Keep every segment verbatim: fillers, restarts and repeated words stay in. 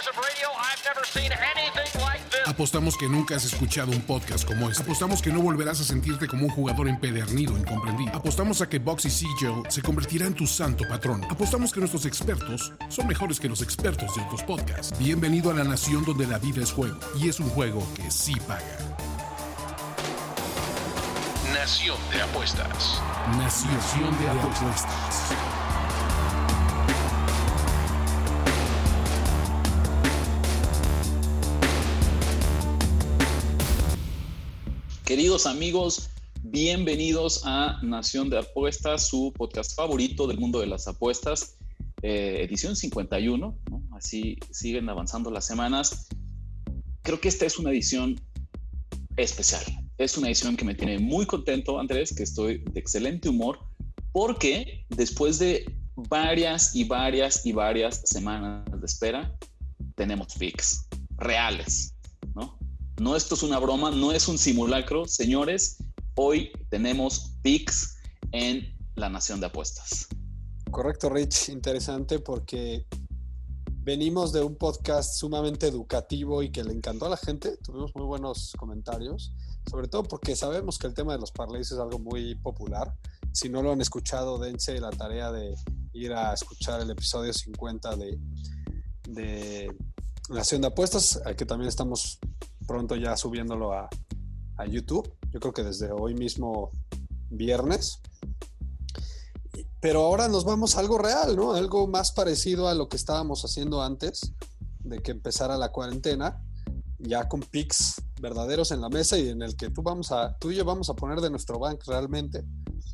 Apostamos que nunca has escuchado un podcast como este. Apostamos que no volverás a sentirte como un jugador empedernido, incomprendido. Apostamos a que Bugsy Siegel se convertirá en tu santo patrón. Apostamos que nuestros expertos son mejores que los expertos de otros podcasts. Bienvenido a la nación donde la vida es juego, y es un juego que sí paga. Nación de Apuestas. Nación de Apuestas. Queridos amigos, bienvenidos a Nación de Apuestas, su podcast favorito del mundo de las apuestas, eh, edición cincuenta y uno, ¿no? Así siguen avanzando las semanas. Creo que esta es una edición especial. Es una edición que me tiene muy contento, Andrés, que estoy de excelente humor, porque después de varias y varias y varias semanas de espera, tenemos picks reales, ¿no? No, esto es una broma, no es un simulacro. Señores, hoy tenemos picks en la Nación de Apuestas. Correcto, Rich. Interesante porque venimos de un podcast sumamente educativo y que le encantó a la gente. Tuvimos muy buenos comentarios, sobre todo porque sabemos que el tema de los parlays es algo muy popular. Si no lo han escuchado, dense la tarea de ir a escuchar el episodio cincuenta de, de Nación de Apuestas, al que también estamos pronto ya subiéndolo a, a YouTube. Yo creo que desde hoy mismo, viernes. Pero ahora nos vamos a algo real, ¿no? Algo más parecido a lo que estábamos haciendo antes de que empezara la cuarentena, ya con picks verdaderos en la mesa y en el que tú, vamos a, tú y yo vamos a poner de nuestro bank realmente.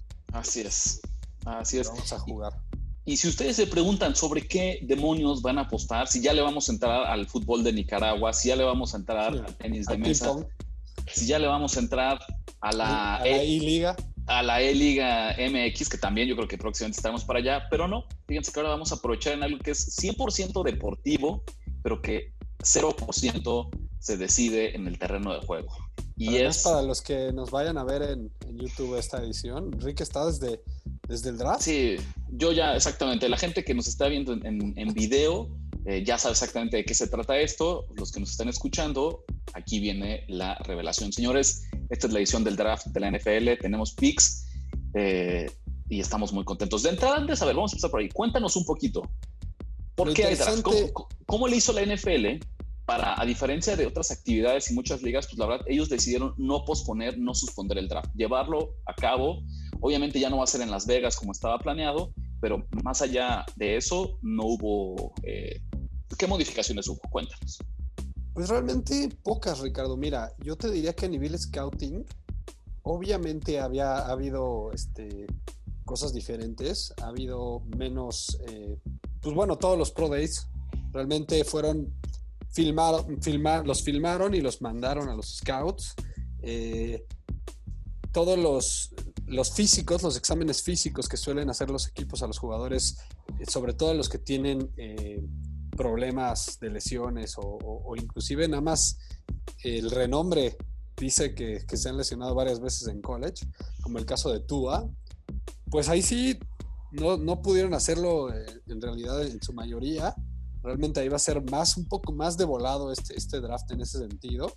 Así es, así es. Vamos a jugar. Y si ustedes se preguntan sobre qué demonios van a apostar, si ya le vamos a entrar al fútbol de Nicaragua, si ya le vamos a entrar sí, al tenis de mesa, si ya le vamos a entrar a la, a la E-Liga, a la E-Liga M X, que también yo creo que próximamente estaremos para allá, pero no, fíjense que ahora vamos a aprovechar en algo que es cien por ciento deportivo, pero que cero por ciento se decide en el terreno de juego. Y además, es para los que nos vayan a ver en, en YouTube esta edición, Rick está desde, desde el draft. Sí, yo ya exactamente, la gente que nos está viendo en, en, en video eh, ya sabe exactamente de qué se trata esto. Los que nos están escuchando, aquí viene la revelación. Señores, esta es la edición del draft de la N F L, tenemos picks eh, y estamos muy contentos. De entrada, antes, a ver, vamos a empezar por ahí. Cuéntanos un poquito, ¿por qué hay draft? ¿Cómo, ¿Cómo le hizo la N F L? Para, a diferencia de otras actividades y muchas ligas, pues la verdad, ellos decidieron no posponer, no suspender el draft, llevarlo a cabo. Obviamente ya no va a ser en Las Vegas como estaba planeado, pero más allá de eso, no hubo... Eh, ¿qué modificaciones hubo? Cuéntanos. Pues realmente pocas, Ricardo. Mira, yo te diría que a nivel scouting, obviamente había ha habido este, cosas diferentes, ha habido menos... Eh, pues bueno, todos los Pro Days realmente fueron... Filmaron, filmar, los filmaron y los mandaron a los scouts. Eh, todos los, los físicos, los exámenes físicos que suelen hacer los equipos a los jugadores, eh, sobre todo los que tienen eh, problemas de lesiones o, o, o inclusive nada más el renombre dice que, que se han lesionado varias veces en college, como el caso de Tua, pues ahí sí no, no pudieron hacerlo eh, en realidad en su mayoría. Realmente ahí va a ser más, un poco más de volado este, este draft en ese sentido.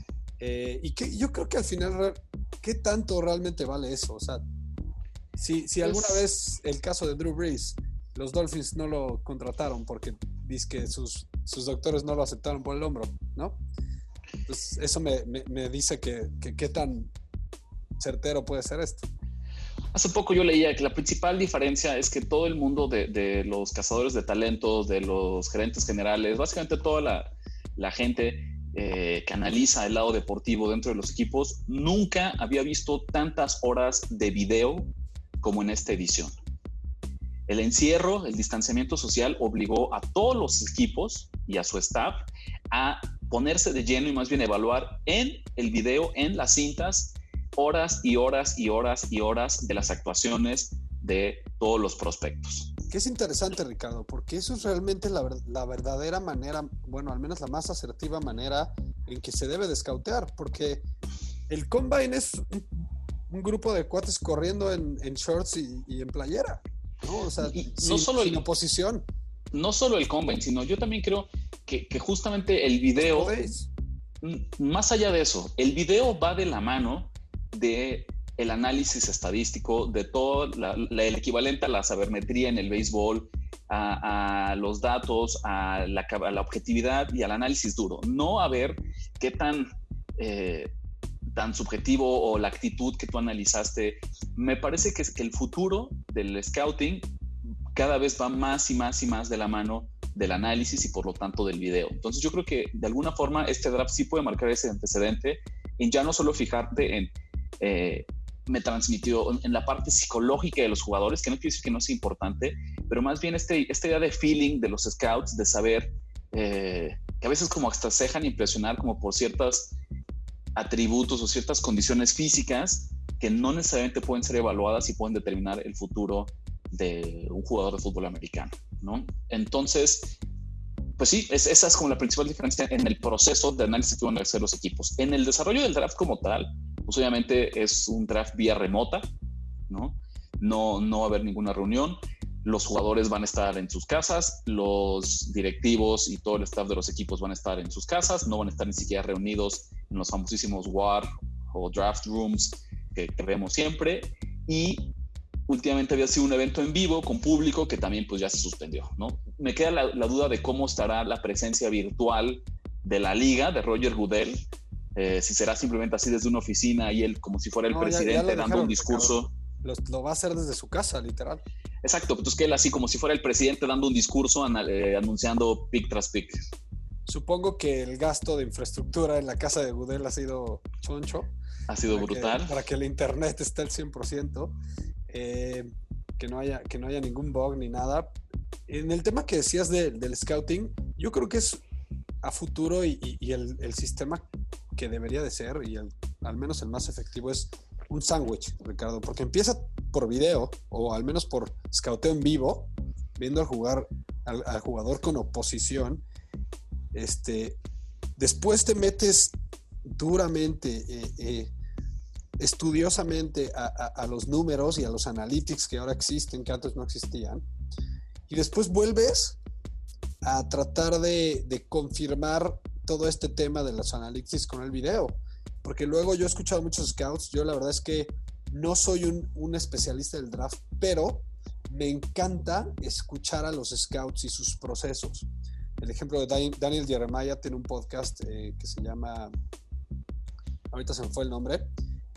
Eh, y que yo creo que al final, ¿qué tanto realmente vale eso? O sea, si, si alguna pues, vez el caso de Drew Brees, los Dolphins no lo contrataron porque dice que sus, sus doctores no lo aceptaron por el hombro, ¿no? Pues eso me, me, me dice que, que qué tan certero puede ser esto. Hace poco yo leía que la principal diferencia es que todo el mundo de, de los cazadores de talentos, de los gerentes generales, básicamente toda la, la gente eh, que analiza el lado deportivo dentro de los equipos, nunca había visto tantas horas de video como en esta edición. El encierro, el distanciamiento social obligó a todos los equipos y a su staff a ponerse de lleno y más bien evaluar en el video, en las cintas, horas y horas y horas y horas de las actuaciones de todos los prospectos. Que es interesante, Ricardo, porque eso es realmente la, la verdadera manera, bueno, al menos la más asertiva manera en que se debe de scoutear, porque el combine es un, un grupo de cuates corriendo en, en shorts y, y en playera, ¿no? O sea, y sin, no solo sin el, oposición. no solo el Combine, sino yo también creo que, que justamente el video, más allá de eso, el video va de la mano de el análisis estadístico, de todo la, la, el equivalente a la sabermetría en el béisbol, a, a los datos, a la, a la objetividad y al análisis duro. No a ver qué tan, eh, tan subjetivo o la actitud que tú analizaste. Me parece que, que el futuro del scouting cada vez va más y más y más de la mano del análisis y por lo tanto del video. Entonces yo creo que de alguna forma este draft sí puede marcar ese antecedente en ya no solo fijarte en eh, me transmitió en la parte psicológica de los jugadores, que no quiere decir que no sea importante, pero más bien este, esta idea de feeling de los scouts, de saber eh, que a veces como hasta se dejan impresionar como por ciertos atributos o ciertas condiciones físicas que no necesariamente pueden ser evaluadas y pueden determinar el futuro de un jugador de fútbol americano, ¿no? Entonces, pues sí, es, esa es como la principal diferencia en el proceso de análisis que van a hacer los equipos. En el desarrollo del draft como tal, pues obviamente es un draft vía remota, ¿no? No, no va a haber ninguna reunión. Los jugadores van a estar en sus casas, los directivos y todo el staff de los equipos van a estar en sus casas, no van a estar ni siquiera reunidos en los famosísimos war o draft rooms que, que vemos siempre. Y últimamente había sido un evento en vivo con público que también pues ya se suspendió, ¿no? Me queda la, la duda de cómo estará la presencia virtual de la liga, de Roger Goodell, eh, si será simplemente así desde una oficina y él como si fuera el no, presidente ya, ya dejaron, dando un discurso. Lo, lo va a hacer desde su casa, literal. Exacto, entonces que él así como si fuera el presidente dando un discurso eh, anunciando pick tras pick. Supongo que el gasto de infraestructura en la casa de Goodell ha sido choncho. Ha sido para brutal. Que, para que el internet esté al cien por ciento. Eh, que, no haya, que no haya ningún bug ni nada. En el tema que decías de, del scouting, yo creo que es a futuro y, y, y el, el sistema que debería de ser, y el, al menos el más efectivo, es un sándwich, Ricardo, porque empieza por video, o al menos por scouteo en vivo, viendo al, jugar, al, al jugador con oposición. Este, después te metes duramente, eh, eh, estudiosamente a, a, a los números y a los analytics que ahora existen, que antes no existían, y después vuelves a tratar de, de confirmar todo este tema de los analytics con el video, porque luego yo he escuchado muchos scouts. Yo la verdad es que no soy un, un especialista del draft, pero me encanta escuchar a los scouts y sus procesos. El ejemplo de Daniel Jeremiah tiene un podcast eh, que se llama, ahorita se me fue el nombre.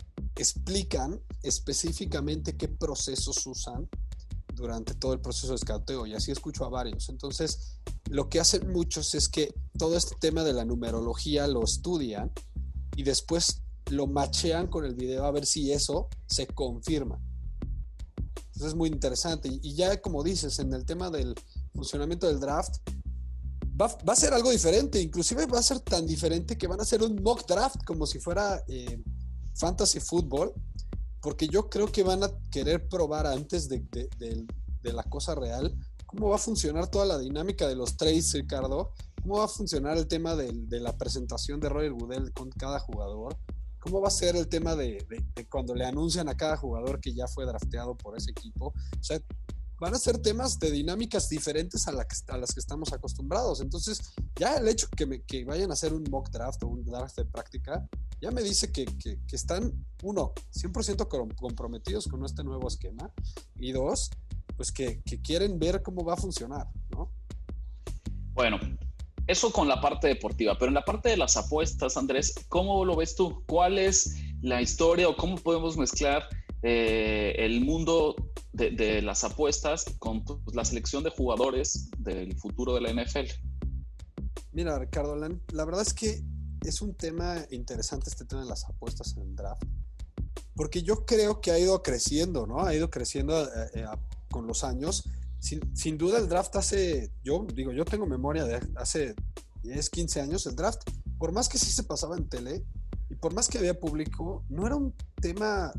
Explican específicamente qué procesos usan durante todo el proceso de scouteo, y así escucho a varios. Entonces, lo que hacen muchos es que todo este tema de la numerología lo estudian y después lo machean con el video a ver si eso se confirma. Entonces es muy interesante. Y ya como dices, en el tema del funcionamiento del draft, va, va a ser algo diferente. Inclusive va a ser tan diferente que van a hacer un mock draft como si fuera eh, fantasy fútbol, porque yo creo que van a querer probar antes de, de, de, de la cosa real cómo va a funcionar toda la dinámica de los trades, Ricardo, cómo va a funcionar el tema de, de la presentación de Roger Goodell con cada jugador, cómo va a ser el tema de, de, de cuando le anuncian a cada jugador que ya fue drafteado por ese equipo. O sea, van a ser temas de dinámicas diferentes a, la que, a las que estamos acostumbrados. Entonces, ya el hecho que, me, que vayan a hacer un mock draft o un draft de práctica, ya me dice que, que, que están, uno, cien por ciento comprometidos con este nuevo esquema, y dos, pues que, que quieren ver cómo va a funcionar, ¿no? Bueno, eso con la parte deportiva, pero en la parte de las apuestas, Andrés, ¿cómo lo ves tú? ¿Cuál es la historia o cómo podemos mezclar eh, el mundo de, de las apuestas con pues, la selección de jugadores del futuro de la N F L? Mira, Ricardo, la, la verdad es que es un tema interesante este tema de las apuestas en el draft, porque yo creo que ha ido creciendo, ¿no? Ha ido creciendo eh, eh, con los años. Sin, sin duda el draft hace, yo digo, yo tengo memoria de hace diez, quince años, el draft, por más que sí se pasaba en tele y por más que había público, no era un tema,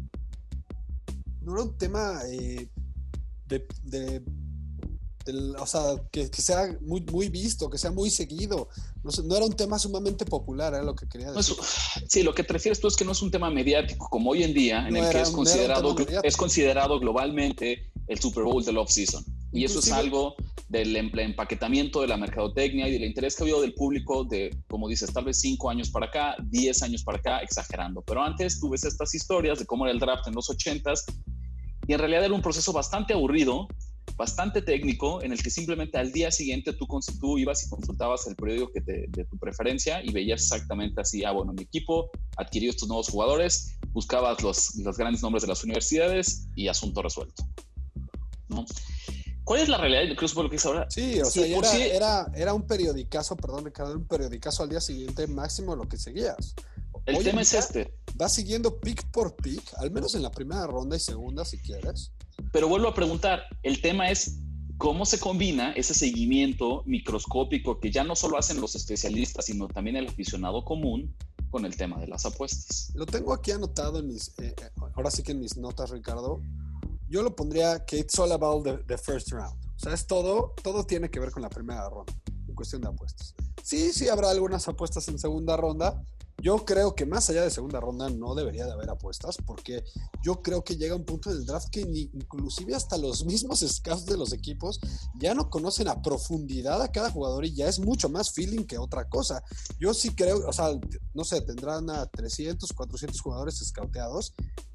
no era un tema eh, de, de, de, o sea, que, que sea muy, muy visto, que sea muy seguido. No, sé, no era un tema sumamente popular, era lo que quería decir. No es, sí, lo que te refieres tú es que no es un tema mediático como hoy en día, en no el era, que es considerado, no es considerado globalmente el Super Bowl del off-season. Y inclusive, eso es algo del empaquetamiento de la mercadotecnia y del interés que ha habido del público de, como dices, tal vez cinco años para acá, diez años para acá, exagerando. Pero antes tú ves estas historias de cómo era el draft en los ochentas y en realidad era un proceso bastante aburrido, bastante técnico, en el que simplemente al día siguiente tú, tú ibas y consultabas el periódico que te, de tu preferencia y veías exactamente así, ah, bueno, mi equipo adquirió estos nuevos jugadores, buscabas los, los grandes nombres de las universidades y asunto resuelto, ¿no? ¿Cuál es la realidad? Creo que es lo que dice ahora. Sí, o sea, sí, era, sí. era, era un periodicazo, perdón, Ricardo, un periodicazo al día siguiente máximo lo que seguías. El Hoy tema es este. Vas siguiendo pick por pick, al menos en la primera ronda y segunda si quieres. Pero vuelvo a preguntar, el tema es cómo se combina ese seguimiento microscópico que ya no solo hacen los especialistas, sino también el aficionado común con el tema de las apuestas. Lo tengo aquí anotado en mis, eh, ahora sí que en mis notas, Ricardo. Yo lo pondría que it's all about the, the first round. O sea, es todo, todo tiene que ver con la primera ronda, en cuestión de apuestas. Sí, sí habrá algunas apuestas en segunda ronda. Yo creo que más allá de segunda ronda no debería de haber apuestas, porque yo creo que llega un punto del draft que ni, inclusive hasta los mismos scouts de los equipos ya no conocen a profundidad a cada jugador y ya es mucho más feeling que otra cosa. Yo sí creo, o sea, no sé, tendrán a trescientos, cuatrocientos jugadores scouteados.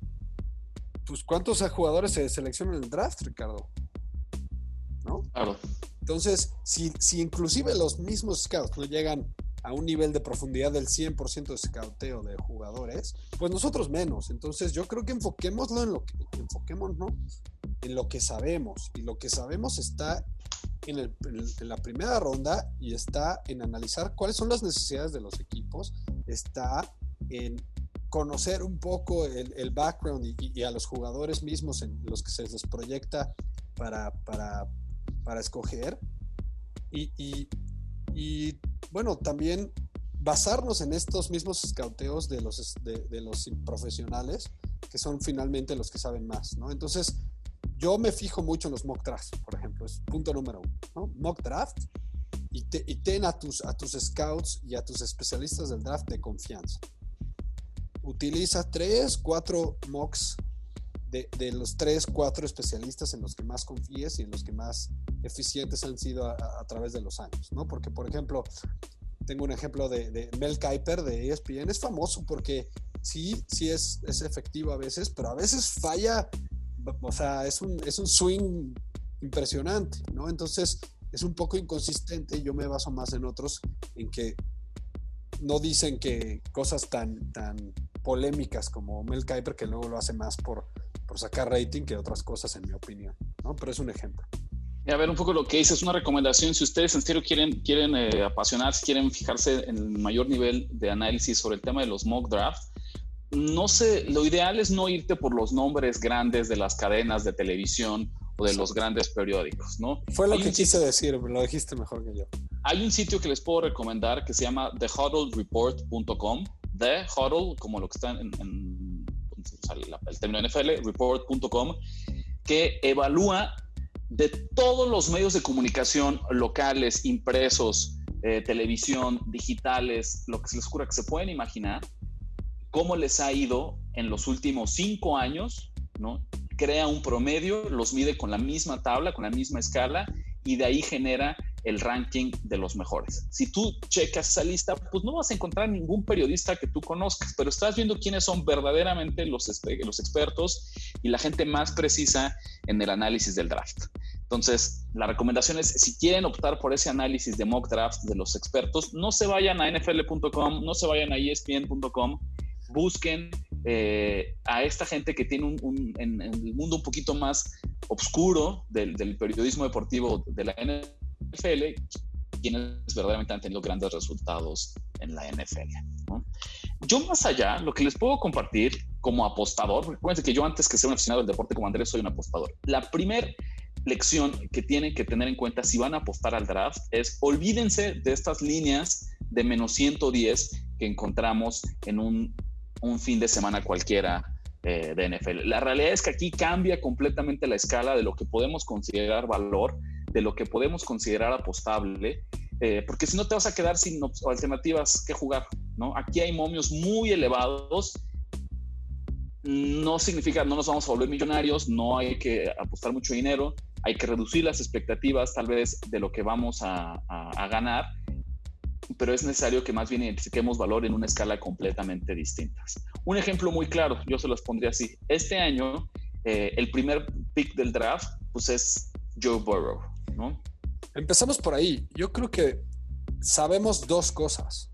Pues, ¿cuántos jugadores se seleccionan en el draft, Ricardo? ¿No? Claro. Entonces, si, si inclusive los mismos scouts no llegan a un nivel de profundidad del cien por ciento de scouteo de jugadores, pues nosotros menos. Entonces, yo creo que enfoquémoslo en lo que, enfoquémonos en lo que sabemos. Y lo que sabemos está en, el, en la primera ronda y está en analizar cuáles son las necesidades de los equipos, está en conocer un poco el, el background y, y a los jugadores mismos en los que se les proyecta para, para, para escoger y, y, y bueno, también basarnos en estos mismos scouteos de los, de, de los profesionales que son finalmente los que saben más, ¿no? Entonces yo me fijo mucho en los mock drafts, por ejemplo, es punto número uno, ¿no? Mock draft y, te, y ten a tus, a tus scouts y a tus especialistas del draft de confianza. Utiliza tres, cuatro mocks de, de los tres, cuatro especialistas en los que más confíes y en los que más eficientes han sido a, a, a través de los años, ¿no? Porque, por ejemplo, tengo un ejemplo de, de Mel Kiper de E S P N, es famoso porque sí, sí es, es efectivo a veces, pero a veces falla, o sea, es un, es un swing impresionante, ¿no? Entonces, es un poco inconsistente. Yo me baso más en otros en que no dicen que cosas tan, tan polémicas como Mel Kiper, que luego lo hace más por, por sacar rating que otras cosas, en mi opinión, ¿no? Pero es un ejemplo. Y a ver, un poco lo que dice es una recomendación. Si ustedes en serio quieren, quieren eh, apasionarse, quieren fijarse en el mayor nivel de análisis sobre el tema de los mock drafts, no sé, lo ideal es no irte por los nombres grandes de las cadenas de televisión o de los grandes periódicos, ¿no? Fue lo Hay que un quise sitio, decir, lo dijiste mejor que yo. Hay un sitio que les puedo recomendar que se llama the huddle report punto com. The Huddle, como lo que está en, en o sea, la, el término N F L, report punto com, que evalúa de todos los medios de comunicación locales, impresos, eh, televisión, digitales, lo que se les ocurra que se pueden imaginar, cómo les ha ido en los últimos cinco años, ¿no? Crea un promedio, los mide con la misma tabla, con la misma escala, y de ahí genera el ranking de los mejores. Si tú checas esa lista, pues no vas a encontrar ningún periodista que tú conozcas, pero estás viendo quiénes son verdaderamente los, los expertos y la gente más precisa en el análisis del draft. Entonces, la recomendación es, si quieren optar por ese análisis de mock draft de los expertos, no se vayan a N F L punto com, no se vayan a E S P N punto com, busquen eh, a esta gente que tiene un, un en, en el mundo un poquito más oscuro del, del periodismo deportivo de la N F L, quienes verdaderamente han tenido grandes resultados en la N F L, ¿no? Yo más allá, lo que les puedo compartir como apostador, recuerden que yo antes que ser un aficionado del deporte como Andrés soy un apostador. La primera lección que tienen que tener en cuenta si van a apostar al draft es olvídense de estas líneas de menos ciento diez que encontramos en un, un fin de semana cualquiera eh, de N F L. La realidad es que aquí cambia completamente la escala de lo que podemos considerar valor, de lo que podemos considerar apostable, eh, porque si no te vas a quedar sin alternativas que jugar, ¿no? Aquí hay momios muy elevados. No significa no nos vamos a volver millonarios, no hay que apostar mucho dinero. hay que reducir las expectativas tal vez de lo que vamos a, a, a ganar, pero es necesario que más bien identifiquemos valor en una escala completamente distinta. Un ejemplo muy claro, yo se los pondría así. Este año, eh, el primer pick del draft, pues es Joe Burrow, ¿no? Empezamos por ahí. Yo creo que sabemos dos cosas.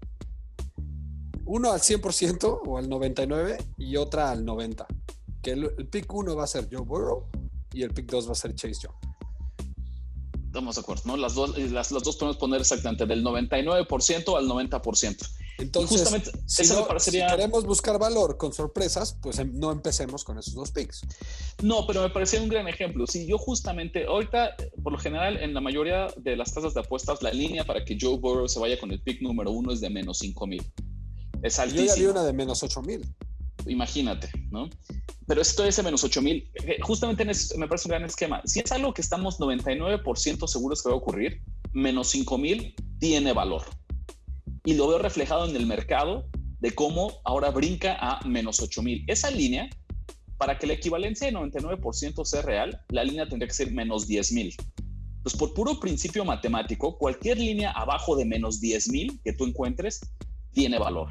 Uno al cien por ciento o al noventa y nueve por ciento y otra al noventa por ciento. Que el, el pick uno va a ser Joe Burrow y el pick dos va a ser Chase Young. Estamos de acuerdo, ¿no? Las dos, las, las dos podemos poner exactamente del noventa y nueve por ciento al noventa por ciento. Entonces, y justamente, si, eso no, me parecería... si queremos buscar valor con sorpresas, pues em, no empecemos con esos dos picks. No, pero me parecía un gran ejemplo. Sí, yo justamente, ahorita, por lo general, en la mayoría de las casas de apuestas, la línea para que Joe Burrow se vaya con el pick número uno es de menos cinco mil. Es altísimo. Yo ya vi una de menos ocho mil. Imagínate, ¿no? Pero esto es de menos ocho mil. Justamente en eso me parece un gran esquema. Si es algo que estamos noventa y nueve por ciento seguros que va a ocurrir, menos cinco mil tiene valor. Y lo veo reflejado en el mercado de cómo ahora brinca a menos ocho mil. Esa línea, para que la equivalencia de noventa y nueve por ciento sea real, la línea tendría que ser menos diez mil. Pues por puro principio matemático, cualquier línea abajo de menos diez mil que tú encuentres tiene valor.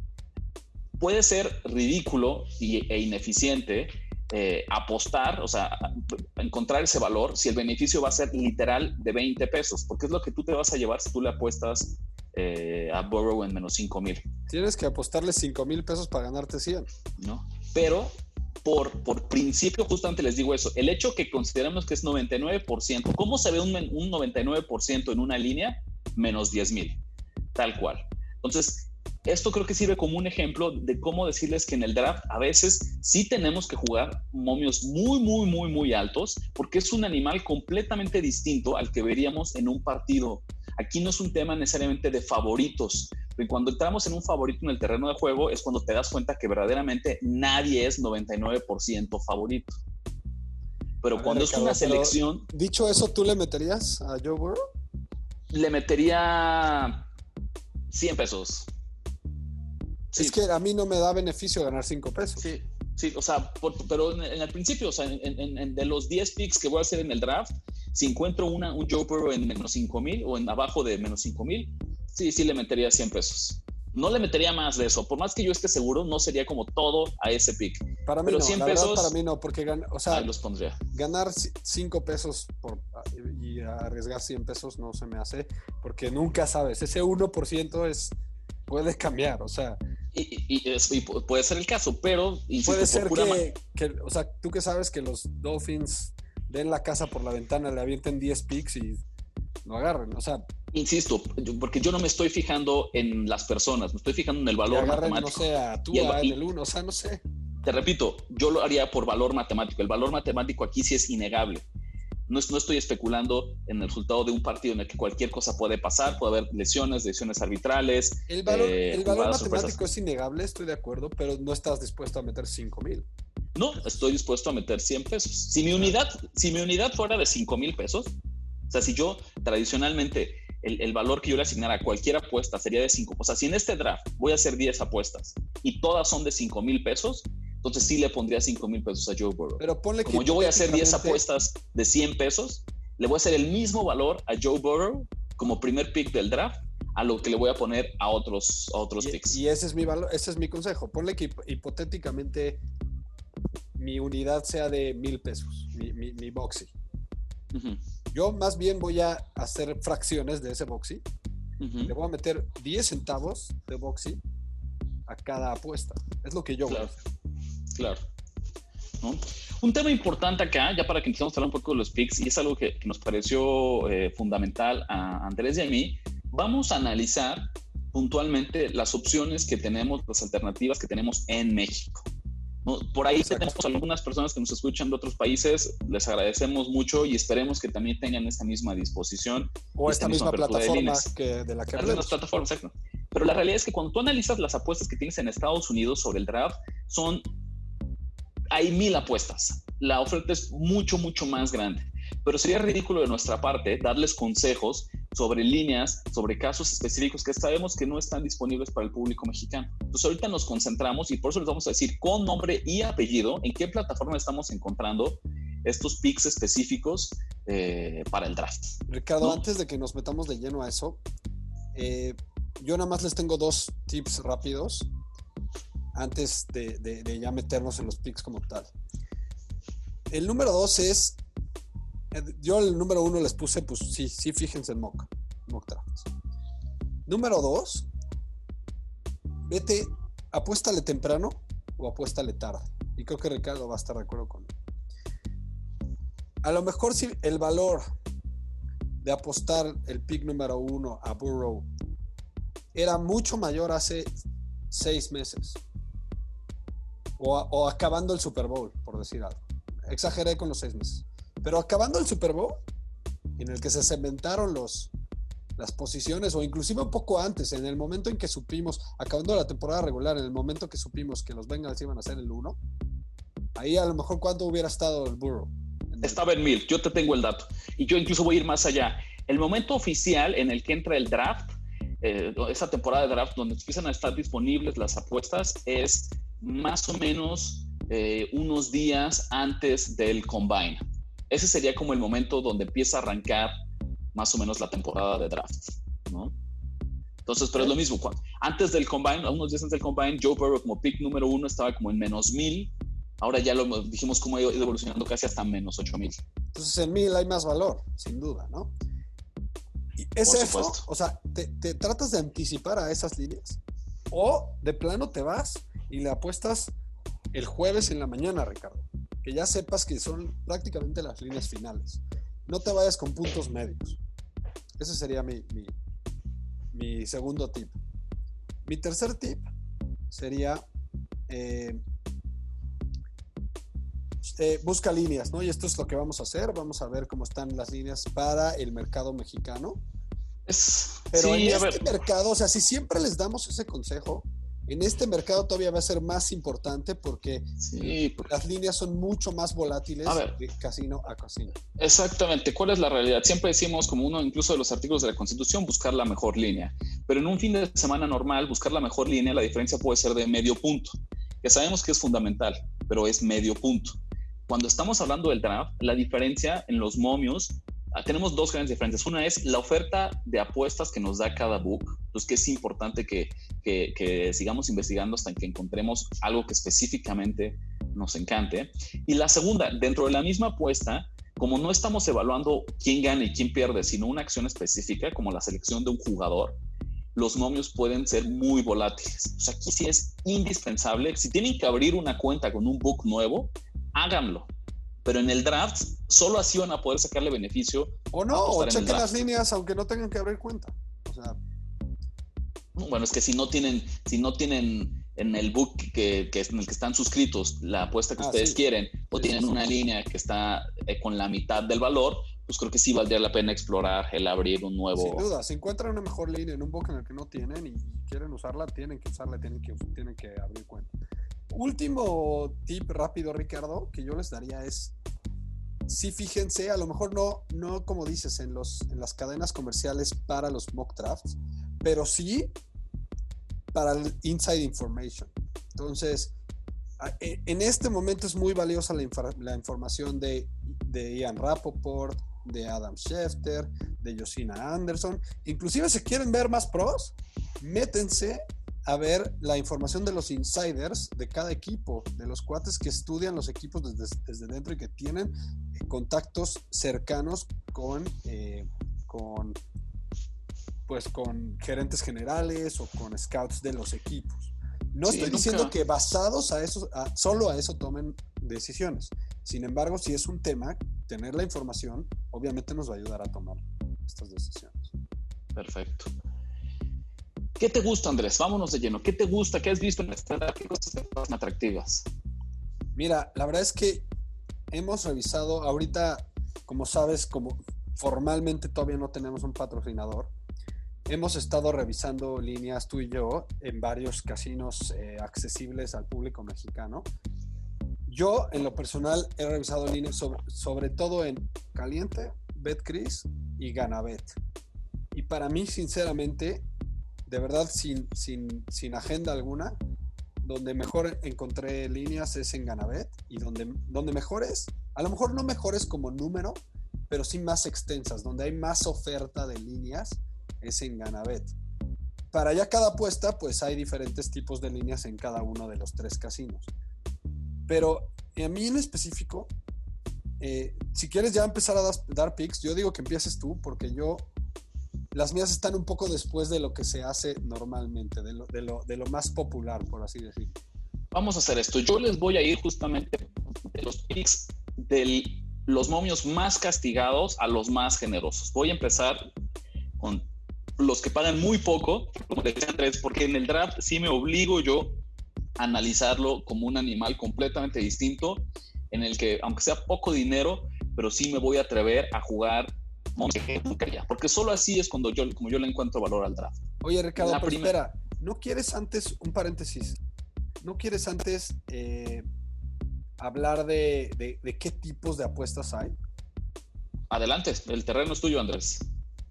Puede ser ridículo y, e ineficiente eh, apostar, o sea, encontrar ese valor si el beneficio va a ser literal de veinte pesos, porque es lo que tú te vas a llevar si tú le apuestas eh, a Burrow en menos cinco mil. Tienes que apostarle cinco mil pesos para ganarte cien. ¿No? Pero por, por principio, justamente les digo eso, el hecho que consideramos que es noventa y nueve por ciento, ¿cómo se ve un, un noventa y nueve por ciento en una línea? Menos diez mil, tal cual. Entonces, esto creo que sirve como un ejemplo de cómo decirles que en el draft a veces sí tenemos que jugar momios muy, muy, muy, muy altos, porque es un animal completamente distinto al que veríamos en un partido. Aquí no es un tema necesariamente de favoritos, porque cuando entramos en un favorito en el terreno de juego es cuando te das cuenta que verdaderamente nadie es noventa y nueve por ciento favorito. Pero ver, cuando Ricardo, es una selección... Dicho eso, ¿tú le meterías a Joe Burrow? Le metería cien pesos. Sí. Es que a mí no me da beneficio ganar cinco pesos. Sí, sí, o sea, por, pero en, en el principio, o sea, en, en, en de los diez picks que voy a hacer en el draft, si encuentro una, un Joe Burrow en menos cinco mil o en abajo de menos cinco mil, sí, sí le metería cien pesos. No le metería más de eso. Por más que yo esté seguro, no sería como todo a ese pick. Para mí pero no, cien la pesos, verdad para mí no, porque gan, o sea, ahí los pondría. Ganar cinco pesos por, y arriesgar cien pesos no se me hace, porque nunca sabes. Ese uno por ciento es, puede cambiar, o sea... Y, y, y puede ser el caso, pero insisto, puede ser por pura que, que, o sea, tú que sabes que los Dolphins den la casa por la ventana, le avienten diez picks y lo agarren, o sea... Insisto, porque yo no me estoy fijando en las personas, me estoy fijando en el valor agarren, matemático. No sé, a tú el, en el uno, o sea, no sé. Te repito, yo lo haría por valor matemático. El valor matemático aquí sí es innegable. No, no estoy especulando en el resultado de un partido en el que cualquier cosa puede pasar, puede haber lesiones, decisiones arbitrales. El valor, eh, el valor matemático sorpresas. Es innegable, estoy de acuerdo, pero no estás dispuesto a meter cinco mil. No, estoy dispuesto a meter cien pesos. Si mi unidad, si mi unidad fuera de cinco mil pesos, o sea, si yo tradicionalmente el, el valor que yo le asignara a cualquier apuesta sería de cinco, o sea, si en este draft voy a hacer diez apuestas y todas son de cinco mil pesos, entonces sí le pondría cinco mil pesos a Joe Burrow. Pero ponle Como que yo voy a hacer diez apuestas de cien pesos, le voy a hacer el mismo valor a Joe Burrow como primer pick del draft a lo que le voy a poner a otros, a otros y, picks. Y ese es mi valor, ese es mi consejo. Ponle que hipotéticamente mi unidad sea de mil pesos, mi, mi, mi boxy. Uh-huh. Yo más bien voy a hacer fracciones de ese boxy. Uh-huh. Le voy a meter diez centavos de boxy a cada apuesta. Es lo que yo claro. voy a hacer. Claro. ¿No? Un tema importante acá, ya para que empecemos a hablar un poco de los picks, y es algo que, que nos pareció eh, fundamental a Andrés y a mí, vamos a analizar puntualmente las opciones que tenemos, las alternativas que tenemos en México. ¿No? Por ahí Exacto. tenemos algunas personas que nos escuchan de otros países, les agradecemos mucho y esperemos que también tengan esta misma disposición. O esta, esta misma, misma plataforma de, que, de la que hablamos. plataformas, exacto. Pero la realidad es que cuando tú analizas las apuestas que tienes en Estados Unidos sobre el draft, son... hay mil apuestas. La oferta es mucho, mucho más grande. Pero sería ridículo de nuestra parte darles consejos sobre líneas, sobre casos específicos que sabemos que no están disponibles para el público mexicano. Entonces ahorita nos concentramos y por eso les vamos a decir con nombre y apellido en qué plataforma estamos encontrando estos picks específicos eh, para el draft. Ricardo, ¿no? Antes de que nos metamos de lleno a eso, eh, yo nada más les tengo dos tips rápidos antes de, de, de ya meternos en los picks como tal. El número dos es, yo el número uno les puse, pues sí, sí, fíjense en mock, mock drafts. Número dos, vete, apuéstale temprano o apuéstale tarde. Y creo que Ricardo va a estar de acuerdo conmigo. A lo mejor si el valor de apostar el pick número uno a Burrow era mucho mayor hace seis meses o, a, o acabando el Super Bowl, por decir algo. Exageré con los seis meses. Pero acabando el Super Bowl, en el que se cementaron los, las posiciones, o inclusive un poco antes, en el momento en que supimos, acabando la temporada regular, en el momento que supimos que los Bengals iban a ser el uno, ahí a lo mejor ¿cuánto hubiera estado el Burrow? Estaba en mil, yo te tengo el dato. Y yo incluso voy a ir más allá. El momento oficial en el que entra el draft, eh, esa temporada de draft donde empiezan a estar disponibles las apuestas, es más o menos eh, unos días antes del Combine. Ese sería como el momento donde empieza a arrancar más o menos la temporada de draft, ¿no? Entonces, pero es lo mismo. Cuando, antes del Combine, unos días antes del Combine, Joe Burrow como pick número uno estaba como en menos mil. Ahora ya lo dijimos cómo ha ido evolucionando casi hasta menos ocho mil. Entonces en mil hay más valor, sin duda, ¿no? Y es Por eso, supuesto. o sea, te, te tratas de anticipar a esas líneas o de plano te vas y le apuestas el jueves en la mañana, Ricardo. Que ya sepas que son prácticamente las líneas finales. No te vayas con puntos medios. Ese sería mi, mi, mi segundo tip. Mi tercer tip sería... Eh, Eh, busca líneas, ¿no? Y esto es lo que vamos a hacer. Vamos a ver cómo están las líneas para el mercado mexicano. Es, Pero sí, en a este ver. mercado, o sea, si siempre les damos ese consejo, en este mercado todavía va a ser más importante porque Sí, porque... las líneas son mucho más volátiles A ver. de casino a casino. Exactamente. ¿Cuál es la realidad? Siempre decimos, como uno incluso de los artículos de la Constitución, buscar la mejor línea. Pero en un fin de semana normal, buscar la mejor línea, la diferencia puede ser de medio punto, que sabemos que es fundamental, pero es medio punto. Cuando estamos hablando del draft, la diferencia en los momios, tenemos dos grandes diferencias. Una es la oferta de apuestas que nos da cada book, entonces que es importante que, que, que sigamos investigando hasta que encontremos algo que específicamente nos encante. Y la segunda, dentro de la misma apuesta, como no estamos evaluando quién gana y quién pierde, sino una acción específica, como la selección de un jugador, los momios pueden ser muy volátiles. O sea, aquí sí es indispensable. Si tienen que abrir una cuenta con un book nuevo, háganlo. Pero en el draft, solo así van a poder sacarle beneficio. O no, o chequen las líneas aunque no tengan que abrir cuenta. O sea, bueno, es que si no tienen, si no tienen en el book que, que es en el que están suscritos la apuesta que ah, ustedes sí. quieren, o sí, tienen sí, una sí. línea que está eh, con la mitad del valor, pues creo que sí valdría la pena explorar el abrir un nuevo. Sin duda, si encuentran una mejor línea en un book en el que no tienen y quieren usarla, tienen que usarla, tienen que, tienen que abrir cuenta. Último tip rápido, Ricardo, que yo les daría es, sí, fíjense, a lo mejor no, no como dices, en, los, en las cadenas comerciales para los mock drafts, pero sí para el inside information. Entonces, en este momento es muy valiosa la, inf- la información de, de Ian Rapoport, de Adam Schefter, de Josina Anderson. Inclusive si quieren ver más pros, métense a ver la información de los insiders de cada equipo, de los cuates que estudian los equipos desde, desde dentro y que tienen eh, contactos cercanos con, eh, con, pues, con gerentes generales o con scouts de los equipos. No Sí, estoy nunca. diciendo que basados a eso, a, solo a eso tomen decisiones. Sin embargo, si es un tema, tener la información obviamente nos va a ayudar a tomar estas decisiones. Perfecto. ¿Qué te gusta, Andrés? Vámonos de lleno. ¿Qué te gusta? ¿Qué has visto en esta edad? ¿Qué cosas te parecen atractivas? Mira, la verdad es que hemos revisado, ahorita, como sabes, como formalmente todavía no tenemos un patrocinador, hemos estado revisando líneas tú y yo en varios casinos eh, accesibles al público mexicano. Yo, en lo personal, he revisado líneas sobre, sobre todo en Caliente, Betcris y Ganabet. Y para mí, sinceramente, de verdad, sin, sin, sin agenda alguna, donde mejor encontré líneas es en Ganabet y donde, donde mejores, a lo mejor no mejores como número, pero sí más extensas, donde hay más oferta de líneas, es en Ganabet. Para ya cada apuesta, pues hay diferentes tipos de líneas en cada uno de los tres casinos. Pero a mí en específico, eh, si quieres ya empezar a dar, dar picks, yo digo que empieces tú, porque yo, las mías están un poco después de lo que se hace normalmente, de lo, de lo, de lo más popular, por así decirlo. Vamos a hacer esto. Yo les voy a ir justamente de los picks de los momios más castigados a los más generosos. Voy a empezar con los que pagan muy poco, como decía Andrés, porque en el draft sí me obligo yo a analizarlo como un animal completamente distinto, en el que, aunque sea poco dinero, pero sí me voy a atrever a jugar momios que nunca haría, porque solo así es cuando yo, como yo le encuentro valor al draft. Oye, Ricardo, La pero primer- espera, ¿no quieres antes, un paréntesis, ¿no quieres antes eh, hablar de, de, de qué tipos de apuestas hay? Adelante, el terreno es tuyo, Andrés.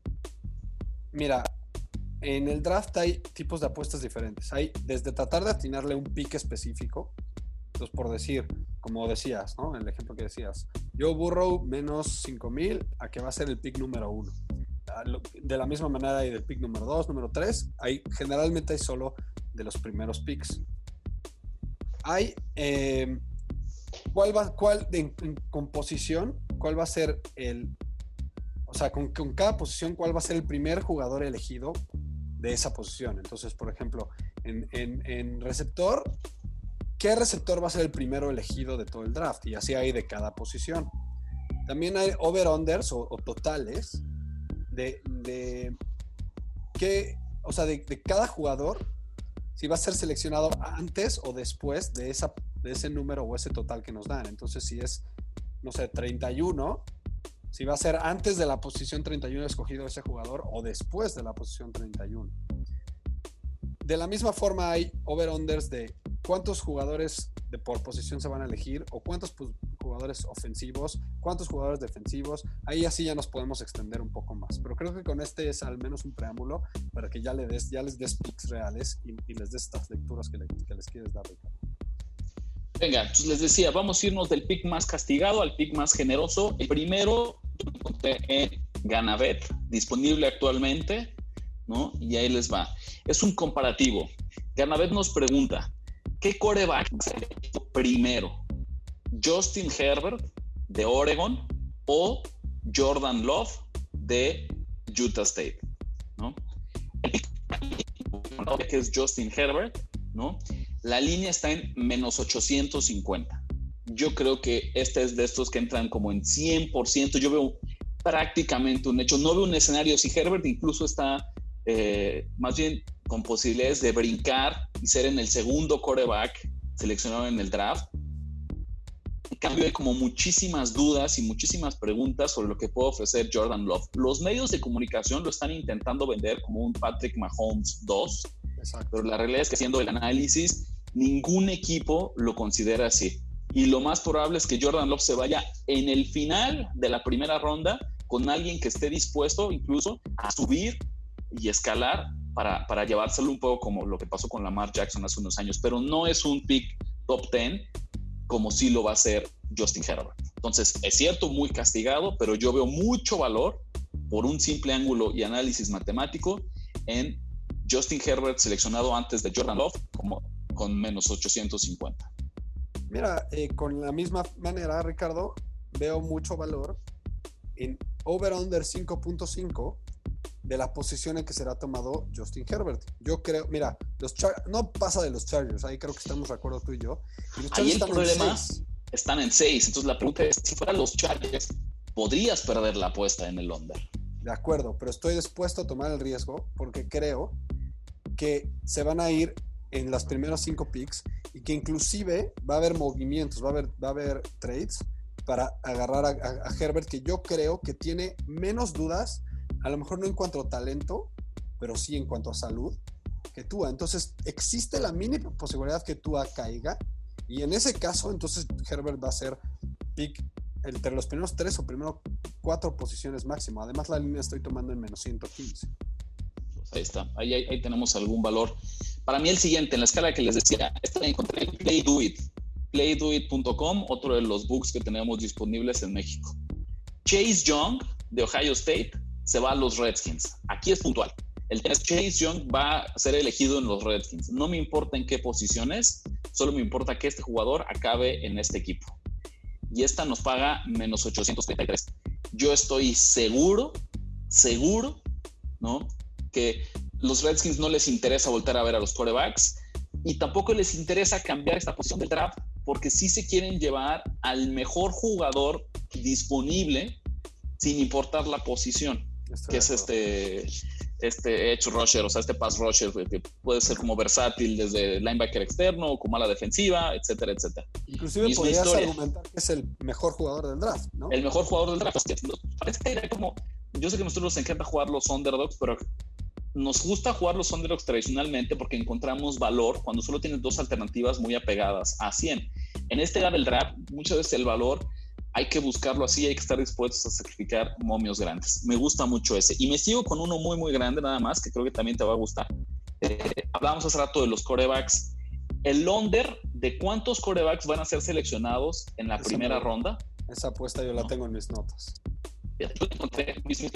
Mira, en el draft hay tipos de apuestas diferentes. Hay desde tratar de atinarle un pick específico. Entonces, por decir, como decías, ¿no? En el ejemplo que decías, Joe Burrow menos cinco mil a que va a ser el pick número uno. De la misma manera hay del pick número dos, número tres. Hay, generalmente hay solo de los primeros picks. Hay, eh, ¿cuál va, cuál en, en composición, cuál va a ser el, o sea, con, con cada posición, cuál va a ser el primer jugador elegido de esa posición? Entonces, por ejemplo, en, en, en receptor, ¿qué receptor va a ser el primero elegido de todo el draft? Y así hay de cada posición. También hay over-unders o, o totales de, de qué, o sea, de, de cada jugador, si va a ser seleccionado antes o después de, esa, de ese número o ese total que nos dan. Entonces, si es, no sé, treinta y uno, si va a ser antes de la posición treinta y uno escogido ese jugador o después de la posición treinta y uno. De la misma forma hay over-unders de cuántos jugadores de por posición se van a elegir o cuántos pues, jugadores ofensivos, cuántos jugadores defensivos. Ahí así ya nos podemos extender un poco más. Pero creo que con este es al menos un preámbulo para que ya, le des, ya les des picks reales y, y les des estas lecturas que, le, que les quieres dar, Ricardo. Venga, entonces les decía, vamos a irnos del pick más castigado al pick más generoso. El primero lo encontré en Ganabet, disponible actualmente, ¿no? Y ahí les va. Es un comparativo. Ganabet nos pregunta, ¿qué quarterback se elegido primero? ¿Justin Herbert de Oregon o Jordan Love de Utah State? ¿No? El que es Justin Herbert, ¿no? La línea está en menos ochocientos cincuenta. Yo creo que este es de estos que entran como en cien por ciento. Yo veo prácticamente un hecho. No veo un escenario si Herbert incluso está eh, más bien con posibilidades de brincar y ser en el segundo quarterback seleccionado en el draft. En cambio, hay como muchísimas dudas y muchísimas preguntas sobre lo que puede ofrecer Jordan Love. Los medios de comunicación lo están intentando vender como un Patrick Mahomes dos. Exacto. Pero la realidad es que haciendo el análisis, ningún equipo lo considera así. Y lo más probable es que Jordan Love se vaya en el final de la primera ronda con alguien que esté dispuesto incluso a subir y escalar para, para llevárselo un poco como lo que pasó con Lamar Jackson hace unos años. Pero no es un pick top diez como sí lo va a ser Justin Herbert. Entonces, es cierto, muy castigado, pero yo veo mucho valor por un simple ángulo y análisis matemático en Justin Herbert seleccionado antes de Jordan Love como con menos ochocientos cincuenta. Mira, eh, con la misma manera, Ricardo, veo mucho valor en over-under cinco punto cinco de la posición en que será tomado Justin Herbert. Yo creo, mira, los Char- no pasa de los Chargers, ahí creo que estamos de acuerdo tú y yo. Y los ahí el están problema en seis. Están en seis, entonces la pregunta es, si fueran los Chargers, ¿podrías perder la apuesta en el under? De acuerdo, pero estoy dispuesto a tomar el riesgo porque creo que se van a ir en las primeras cinco picks y que inclusive va a haber movimientos, va a haber, va a haber trades para agarrar a, a, a Herbert, que yo creo que tiene menos dudas, a lo mejor no en cuanto a talento, pero sí en cuanto a salud, que Tua. Entonces existe la mínima posibilidad que Tua caiga, y en ese caso entonces Herbert va a ser pick entre los primeros tres o primeros cuatro posiciones máximo. Además la línea estoy tomando en menos ciento quince. Pues ahí está, ahí, ahí, ahí tenemos algún valor. Para mí el siguiente, en la escala que les decía, esta la encontré en Playdoit, playdoit punto com, otro de los books que tenemos disponibles en México. Chase Young de Ohio State se va a los Redskins. Aquí es puntual. El tema es Chase Young va a ser elegido en los Redskins. No me importa en qué posición es, solo me importa que este jugador acabe en este equipo. Y esta nos paga menos ochocientos treinta y tres. Yo estoy seguro, seguro, ¿no?, que los Redskins no les interesa volver a ver a los quarterbacks y tampoco les interesa cambiar esta posición del draft porque sí se quieren llevar al mejor jugador disponible sin importar la posición, Estoy que es este, este edge rusher, o sea, este pass rusher que puede ser como versátil desde linebacker externo o como ala defensiva, etcétera, etcétera. Inclusive Misma podrías historia. argumentar que es el mejor jugador del draft, ¿no? El mejor jugador del draft. Parece que era como, yo sé que a nosotros nos encanta jugar los underdogs, pero nos gusta jugar los underdogs tradicionalmente porque encontramos valor cuando solo tienes dos alternativas muy apegadas a cien. En este lado del draft, muchas veces el valor hay que buscarlo así, hay que estar dispuestos a sacrificar momios grandes. Me gusta mucho ese. Y me sigo con uno muy, muy grande nada más, que creo que también te va a gustar. Eh, hablábamos hace rato de los quarterbacks. El under de cuántos quarterbacks van a ser seleccionados en la esa primera me, ronda. Esa apuesta yo la ¿no? tengo en mis notas. Yo encontré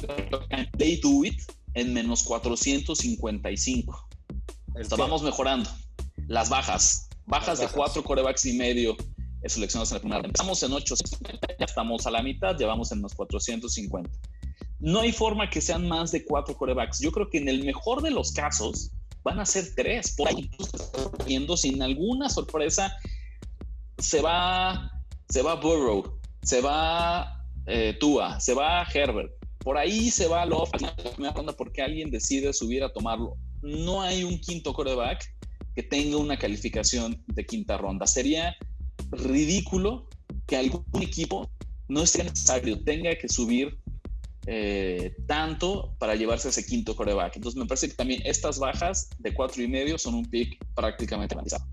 en Play Do It en menos cuatrocientos cincuenta y cinco. Estábamos mejorando. Las bajas. Bajas, Las bajas. de cuatro quarterbacks y medio seleccionados en la primera ronda. Empezamos en ochocientos cincuenta, ya estamos a la mitad, ya vamos en unos cuatrocientos cincuenta. No hay forma que sean más de cuatro quarterbacks. Yo creo que en el mejor de los casos van a ser tres. Por ahí, viendo sin alguna sorpresa, se va, se va Burrow, se va eh, Tua, se va Herbert. Por ahí se va Love en la primera ronda porque alguien decide subir a tomarlo. No hay un quinto quarterback que tenga una calificación de quinta ronda. Sería ridículo que algún equipo no sea necesario, tenga que subir eh, tanto para llevarse ese quinto quarterback. Entonces me parece que también estas bajas de cuatro y medio son un pick prácticamente garantizado.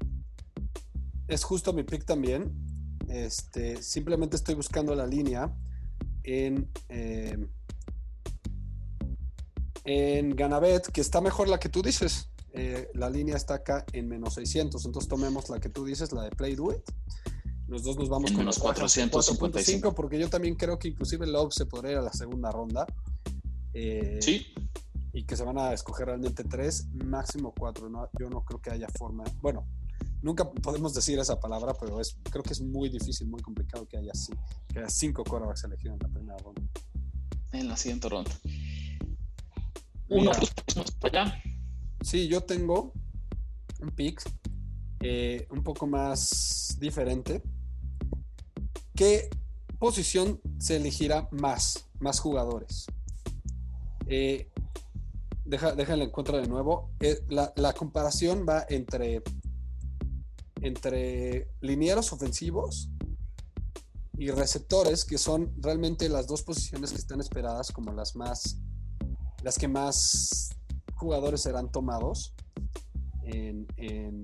Es justo mi pick también. Este, simplemente estoy buscando la línea en eh, en Ganabet, que está mejor la que tú dices. Eh, la línea está acá en menos seiscientos, entonces tomemos la que tú dices, la de Play Do It. Los dos nos vamos en con menos cuatrocientos cincuenta y cinco, porque yo también creo que inclusive Love se podría ir a la segunda ronda. Eh, sí. Y que se van a escoger realmente tres, máximo cuatro. ¿no? Yo no creo que haya forma. Bueno, nunca podemos decir esa palabra, pero es, creo que es muy difícil, muy complicado que haya, que haya cinco quarterbacks elegidos en la primera ronda. En la siguiente ronda. Uno para allá. Sí, yo tengo un pick eh, un poco más diferente. ¿Qué posición se elegirá más? Más jugadores. Eh, deja, déjale en contra de nuevo. Eh, la, la comparación va entre, entre linieros ofensivos y receptores, que son realmente las dos posiciones que están esperadas como las más, las que más jugadores serán tomados en, en,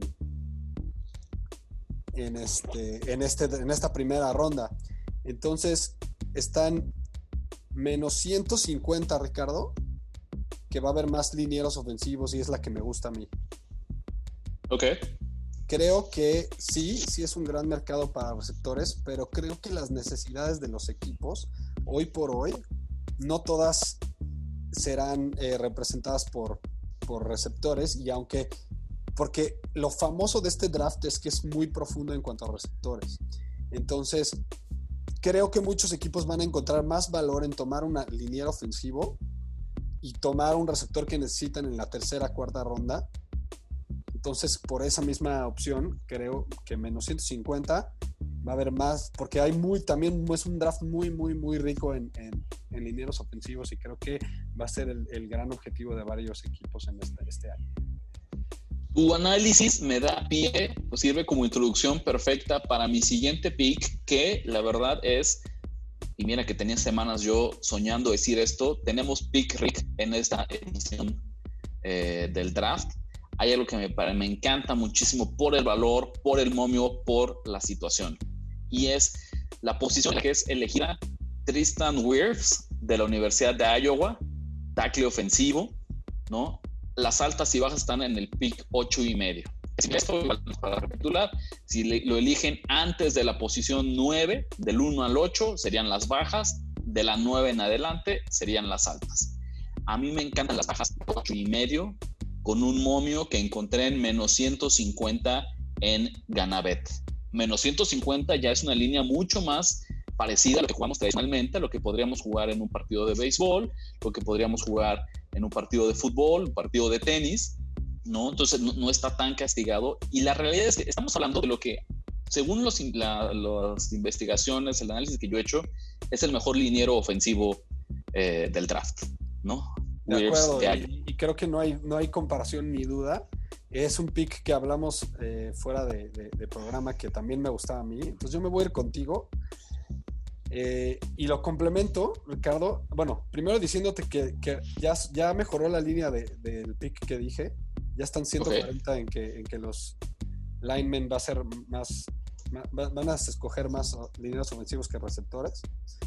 en, este, en, este, en esta primera ronda. Entonces están menos ciento cincuenta, Ricardo, que va a haber más linieros ofensivos y es la que me gusta a mí. Ok. Creo que sí, sí es un gran mercado para receptores, pero creo que las necesidades de los equipos hoy por hoy no todas serán eh, representadas por, por receptores, y aunque porque lo famoso de este draft es que es muy profundo en cuanto a receptores. Entonces creo que muchos equipos van a encontrar más valor en tomar un liniero ofensivo y tomar un receptor que necesitan en la tercera, cuarta ronda. Entonces, por esa misma opción, creo que menos ciento cincuenta va a haber más, porque hay muy, también es un draft muy, muy, muy rico en, en, en linieros ofensivos, y creo que va a ser el, el gran objetivo de varios equipos en este, este año. Tu análisis me da pie, pues sirve como introducción perfecta para mi siguiente pick, que la verdad es, y mira que tenía semanas yo soñando decir esto, tenemos pick Rick en esta edición eh, del draft. Hay algo que me, me encanta muchísimo por el valor, por el momio, por la situación. Y es la posición que es elegida Tristan Wirfs de la Universidad de Iowa, tackle ofensivo, ¿no? Las altas y bajas están en el pick ocho y medio. Esto, para recapitular, si lo eligen antes de la posición nueve, del uno al ocho, serían las bajas. De la nueve en adelante serían las altas. A mí me encantan las bajas ocho y medio con un momio que encontré en menos ciento cincuenta en Ganabet. Menos ciento cincuenta ya es una línea mucho más parecida a lo que jugamos tradicionalmente, a lo que podríamos jugar en un partido de béisbol, lo que podríamos jugar en un partido de fútbol, un partido de tenis, ¿no? Entonces no, no está tan castigado. Y la realidad es que estamos hablando de lo que, según los, la, las investigaciones, el análisis que yo he hecho, es el mejor liniero ofensivo eh, del draft, ¿no? De acuerdo, y, y creo que no hay, no hay comparación ni duda. Es un pick que hablamos eh, fuera de, de, de programa que también me gustaba a mí. Entonces yo me voy a ir contigo. Eh, y lo complemento, Ricardo. Bueno, primero diciéndote que, que ya, ya mejoró la línea de, del pick que dije. Ya están ciento cuarenta okay. en, que, en que los linemen va a ser más, más van a escoger más lineros ofensivos que receptores.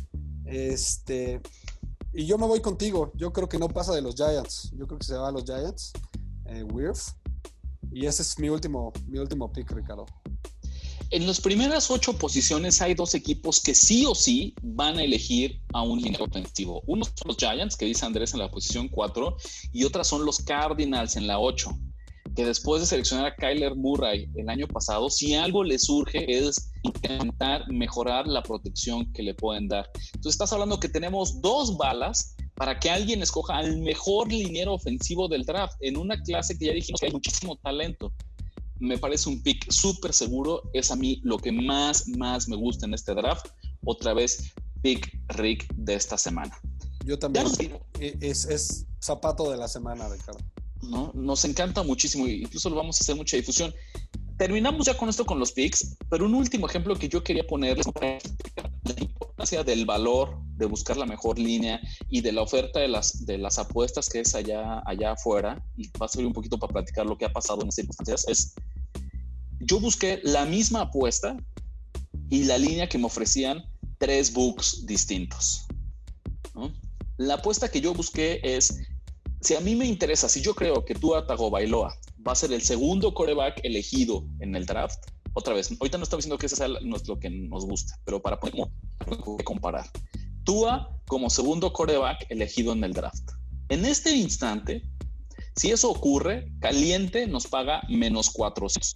Este, y yo me voy contigo. Yo creo que no pasa de los Giants. Yo creo que se va a los Giants. Eh, Wirth. Y ese es mi último, mi último pick, Ricardo. En las primeras ocho posiciones hay dos equipos que sí o sí van a elegir a un liniero ofensivo. Uno son los Giants, que dice Andrés en la posición cuatro, y otras son los Cardinals en la ocho, que después de seleccionar a Kyler Murray el año pasado, si algo le surge es intentar mejorar la protección que le pueden dar. Entonces estás hablando que tenemos dos balas para que alguien escoja al mejor liniero ofensivo del draft en una clase que ya dijimos que hay muchísimo talento. Me parece un pick súper seguro. Es a mí lo que más, más me gusta en este draft. Otra vez, pick Rick de esta semana. Yo también. Es, es zapato de la semana, Ricardo. ¿No? Nos encanta muchísimo. Incluso lo vamos a hacer mucha difusión. Terminamos ya con esto con los picks, pero un último ejemplo que yo quería ponerles, la importancia del valor de buscar la mejor línea y de la oferta de las, de las apuestas que es allá, allá afuera, y va a servir un poquito para platicar lo que ha pasado en estas circunstancias, es yo busqué la misma apuesta y la línea que me ofrecían tres books distintos, ¿no? La apuesta que yo busqué es, si a mí me interesa, si yo creo que Tua Tagovailoa va a ser el segundo quarterback elegido en el draft, otra vez, ahorita no estamos diciendo que ese sea lo que nos gusta, pero para poder comparar. Tua como segundo quarterback elegido en el draft. En este instante, si eso ocurre, Caliente nos paga menos cuatrocientos.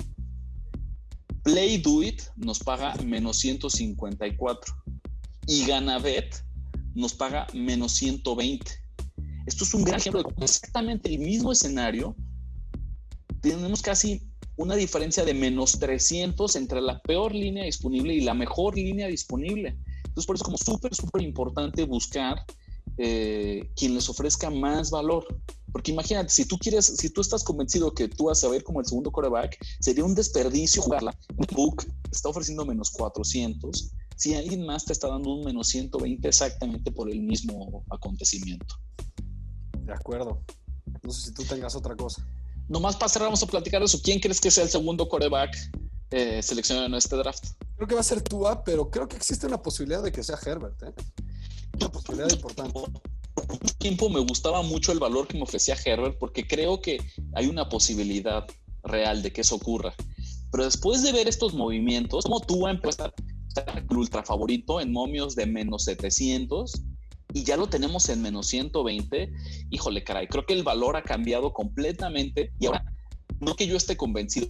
Play Do It nos paga menos ciento cincuenta y cuatro. Y Ganabet nos paga menos ciento veinte. Esto es un gran ejemplo de exactamente el mismo escenario. Tenemos casi una diferencia de menos trescientos entre la peor línea disponible y la mejor línea disponible. Entonces, por eso es como súper, súper importante buscar eh, quien les ofrezca más valor. Porque imagínate, si tú quieres, si tú estás convencido que tú vas a ver como el segundo quarterback, sería un desperdicio jugarla. Un book está ofreciendo menos cuatrocientos, si alguien más te está dando un menos ciento veinte exactamente por el mismo acontecimiento. De acuerdo. No sé si tú tengas otra cosa. Nomás para cerrar, vamos a platicar de eso. ¿Quién crees que sea el segundo quarterback eh, seleccionado en este draft? Creo que va a ser Tua, pero creo que existe una posibilidad de que sea Herbert, ¿eh? Una posibilidad importante. Por mucho tiempo me gustaba mucho el valor que me ofrecía Herbert, porque creo que hay una posibilidad real de que eso ocurra. Pero después de ver estos movimientos, como Tua empezó a estar el ultra favorito en momios de menos setecientos, y ya lo tenemos en menos ciento veinte, híjole, caray, creo que el valor ha cambiado completamente. Y ahora, no que yo esté convencido,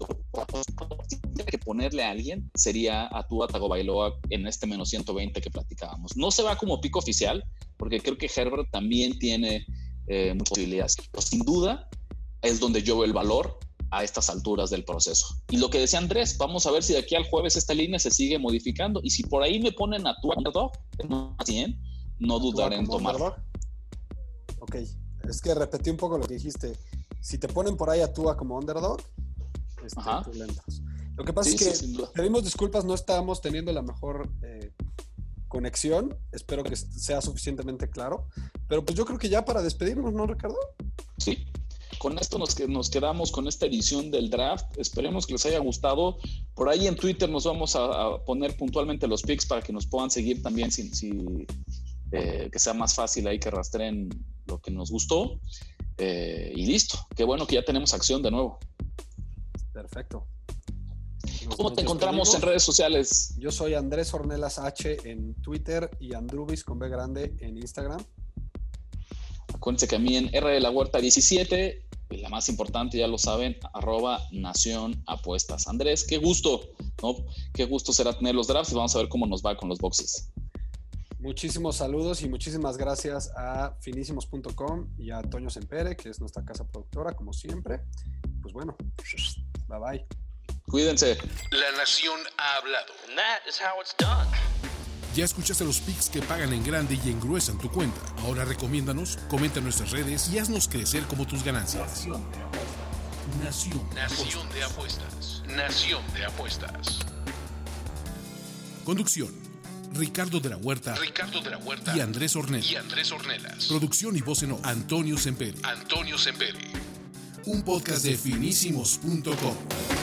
que ponerle a alguien sería a Tua Tagovailoa en este menos ciento veinte que platicábamos. No se va como pico oficial, porque creo que Herbert también tiene eh, muchas posibilidades. Pero sin duda es donde yo veo el valor a estas alturas del proceso. Y lo que decía Andrés, vamos a ver si de aquí al jueves esta línea se sigue modificando. Y si por ahí me ponen a Tua underdog, no cien, no dudaré en tomarlo. Ok, es que repetí un poco lo que dijiste. Si te ponen por ahí a Tua como underdog, este, tú le entras. Lo que pasa sí, es que sí, pedimos disculpas, no estábamos teniendo la mejor eh, conexión. Espero que sea suficientemente claro. Pero pues yo creo que ya para despedirnos, ¿no, Ricardo? Sí. Con esto nos, nos quedamos con esta edición del draft. Esperemos que les haya gustado. Por ahí en Twitter nos vamos a, a poner puntualmente los picks para que nos puedan seguir también, si, si, eh, que sea más fácil ahí que rastreen lo que nos gustó. Eh, y listo. Qué bueno que ya tenemos acción de nuevo. Perfecto. Nos, ¿Cómo nos te encontramos en redes sociales? Yo soy Andrés Ornelas H en Twitter y Andrubis con B grande en Instagram. Acuérdense que a mí en R de la Huerta diecisiete, y la más importante, ya lo saben, arroba Nación Apuestas. Andrés, qué gusto, ¿no? Qué gusto será tener los drafts y vamos a ver cómo nos va con los boxes. Muchísimos saludos y muchísimas gracias a finísimos punto com y a Toño Sempere, que es nuestra casa productora, como siempre. Pues bueno, bye bye. Cuídense. La Nación ha hablado. And that is how it's done. Ya escuchaste los picks que pagan en grande y engruesan tu cuenta. Ahora recomiéndanos, comenta en nuestras redes y haznos crecer como tus ganancias. Nación. Nación de Apuestas. Nación de Apuestas. Conducción: Ricardo de la Huerta, Ricardo de la Huerta y Andrés Ornelas. Y Andrés Ornelas. Producción y voz en off, Antonio Sempere. Antonio Sempere. Un podcast de finísimos punto com.